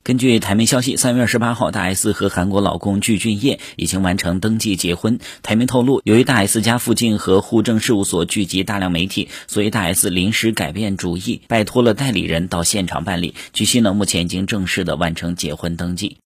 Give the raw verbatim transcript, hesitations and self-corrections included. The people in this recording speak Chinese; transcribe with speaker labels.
Speaker 1: 根据台媒消息，三月二十八号，大 S 和韩国老公具俊晔已经完成登记结婚。台媒透露，由于大 S 家附近和户政事务所聚集大量媒体，所以大 S 临时改变主意，拜托了代理人到现场办理。据悉呢，目前已经正式的完成结婚登记。